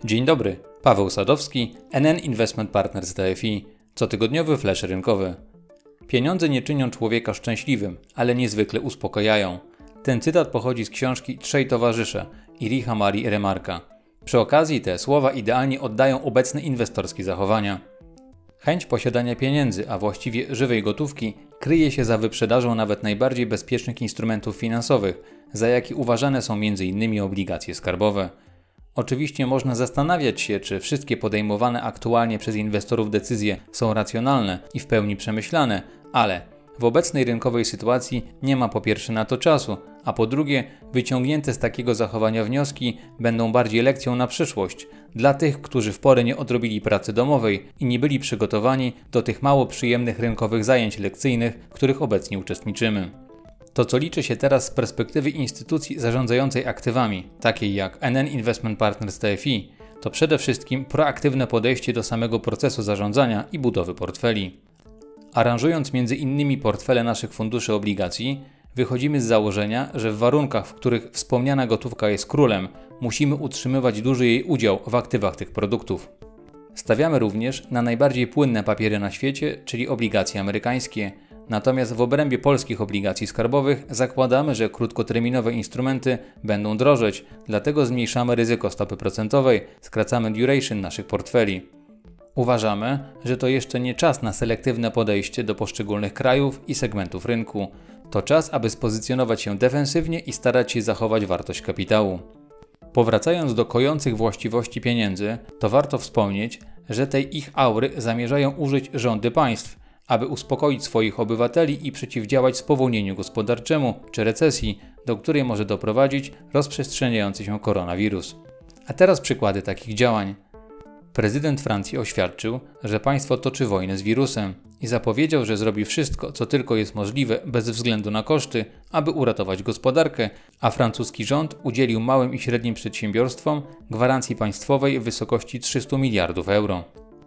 Dzień dobry, Paweł Sadowski, NN Investment Partners DFI, cotygodniowy flash rynkowy. Pieniądze nie czynią człowieka szczęśliwym, ale niezwykle uspokajają. Ten cytat pochodzi z książki Trzej towarzysze Iricha Marii Remarka. Przy okazji te słowa idealnie oddają obecne inwestorskie zachowania. Chęć posiadania pieniędzy, a właściwie żywej gotówki, kryje się za wyprzedażą nawet najbardziej bezpiecznych instrumentów finansowych, za jakie uważane są m.in. obligacje skarbowe. Oczywiście można zastanawiać się, czy wszystkie podejmowane aktualnie przez inwestorów decyzje są racjonalne i w pełni przemyślane, ale w obecnej rynkowej sytuacji nie ma po pierwsze na to czasu, a po drugie wyciągnięte z takiego zachowania wnioski będą bardziej lekcją na przyszłość dla tych, którzy w porę nie odrobili pracy domowej i nie byli przygotowani do tych mało przyjemnych rynkowych zajęć lekcyjnych, w których obecnie uczestniczymy. To, co liczy się teraz z perspektywy instytucji zarządzającej aktywami, takiej jak NN Investment Partners DFI, to przede wszystkim proaktywne podejście do samego procesu zarządzania i budowy portfeli. Aranżując między innymi portfele naszych funduszy obligacji, wychodzimy z założenia, że w warunkach, w których wspomniana gotówka jest królem, musimy utrzymywać duży jej udział w aktywach tych produktów. Stawiamy również na najbardziej płynne papiery na świecie, czyli obligacje amerykańskie. Natomiast w obrębie polskich obligacji skarbowych zakładamy, że krótkoterminowe instrumenty będą drożeć, dlatego zmniejszamy ryzyko stopy procentowej, skracamy duration naszych portfeli. Uważamy, że to jeszcze nie czas na selektywne podejście do poszczególnych krajów i segmentów rynku. To czas, aby spozycjonować się defensywnie i starać się zachować wartość kapitału. Powracając do kojących właściwości pieniędzy, to warto wspomnieć, że tej ich aury zamierzają użyć rządy państw, aby uspokoić swoich obywateli i przeciwdziałać spowolnieniu gospodarczemu czy recesji, do której może doprowadzić rozprzestrzeniający się koronawirus. A teraz przykłady takich działań. Prezydent Francji oświadczył, że państwo toczy wojnę z wirusem i zapowiedział, że zrobi wszystko, co tylko jest możliwe bez względu na koszty, aby uratować gospodarkę, a francuski rząd udzielił małym i średnim przedsiębiorstwom gwarancji państwowej w wysokości 300 miliardów euro.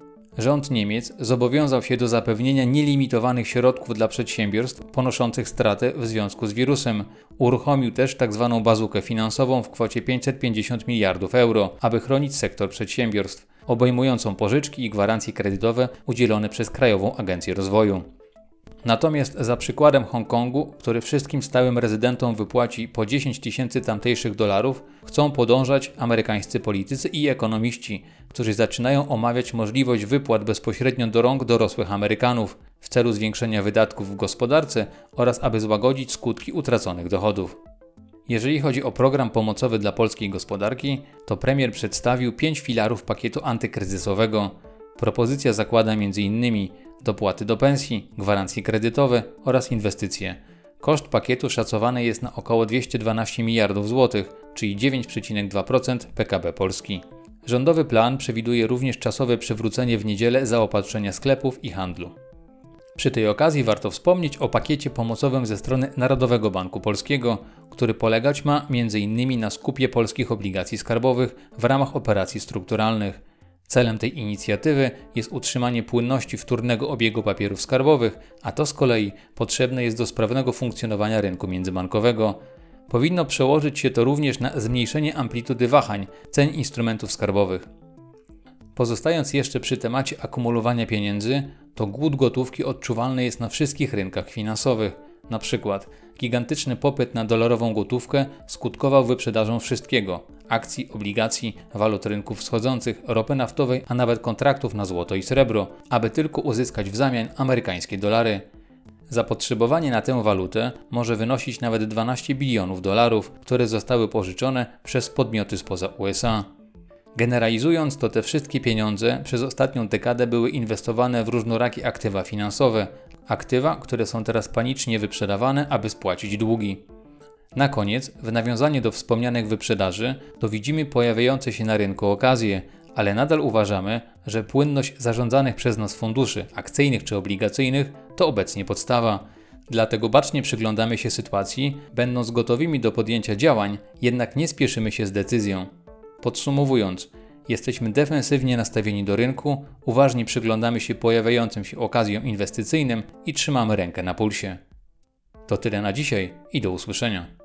Rząd Niemiec zobowiązał się do zapewnienia nielimitowanych środków dla przedsiębiorstw ponoszących straty w związku z wirusem. Uruchomił też tzw. bazukę finansową w kwocie 550 miliardów euro, aby chronić sektor przedsiębiorstw, obejmującą pożyczki i gwarancje kredytowe udzielone przez Krajową Agencję Rozwoju. Natomiast za przykładem Hongkongu, który wszystkim stałym rezydentom wypłaci po 10 tysięcy tamtejszych dolarów, chcą podążać amerykańscy politycy i ekonomiści, którzy zaczynają omawiać możliwość wypłat bezpośrednio do rąk dorosłych Amerykanów w celu zwiększenia wydatków w gospodarce oraz aby złagodzić skutki utraconych dochodów. Jeżeli chodzi o program pomocowy dla polskiej gospodarki, to premier przedstawił 5 filarów pakietu antykryzysowego. Propozycja zakłada m.in. dopłaty do pensji, gwarancje kredytowe oraz inwestycje. Koszt pakietu szacowany jest na około 212 miliardów złotych, czyli 9,2% PKB Polski. Rządowy plan przewiduje również czasowe przywrócenie w niedzielę zaopatrzenia sklepów i handlu. Przy tej okazji warto wspomnieć o pakiecie pomocowym ze strony Narodowego Banku Polskiego, który polegać ma m.in. na skupie polskich obligacji skarbowych w ramach operacji strukturalnych. Celem tej inicjatywy jest utrzymanie płynności wtórnego obiegu papierów skarbowych, a to z kolei potrzebne jest do sprawnego funkcjonowania rynku międzybankowego. Powinno przełożyć się to również na zmniejszenie amplitudy wahań cen instrumentów skarbowych. Pozostając jeszcze przy temacie akumulowania pieniędzy, to głód gotówki odczuwalny jest na wszystkich rynkach finansowych. Na przykład gigantyczny popyt na dolarową gotówkę skutkował wyprzedażą wszystkiego: akcji, obligacji, walut rynków wschodzących, ropy naftowej, a nawet kontraktów na złoto i srebro, aby tylko uzyskać w zamian amerykańskie dolary. Zapotrzebowanie na tę walutę może wynosić nawet 12 bilionów dolarów, które zostały pożyczone przez podmioty spoza USA. Generalizując, to te wszystkie pieniądze przez ostatnią dekadę były inwestowane w różnorakie aktywa finansowe, aktywa, które są teraz panicznie wyprzedawane, aby spłacić długi. Na koniec, w nawiązaniu do wspomnianych wyprzedaży, to widzimy pojawiające się na rynku okazje, ale nadal uważamy, że płynność zarządzanych przez nas funduszy akcyjnych czy obligacyjnych to obecnie podstawa. Dlatego bacznie przyglądamy się sytuacji, będąc gotowymi do podjęcia działań, jednak nie spieszymy się z decyzją. Podsumowując, jesteśmy defensywnie nastawieni do rynku, uważnie przyglądamy się pojawiającym się okazjom inwestycyjnym i trzymamy rękę na pulsie. To tyle na dzisiaj i do usłyszenia.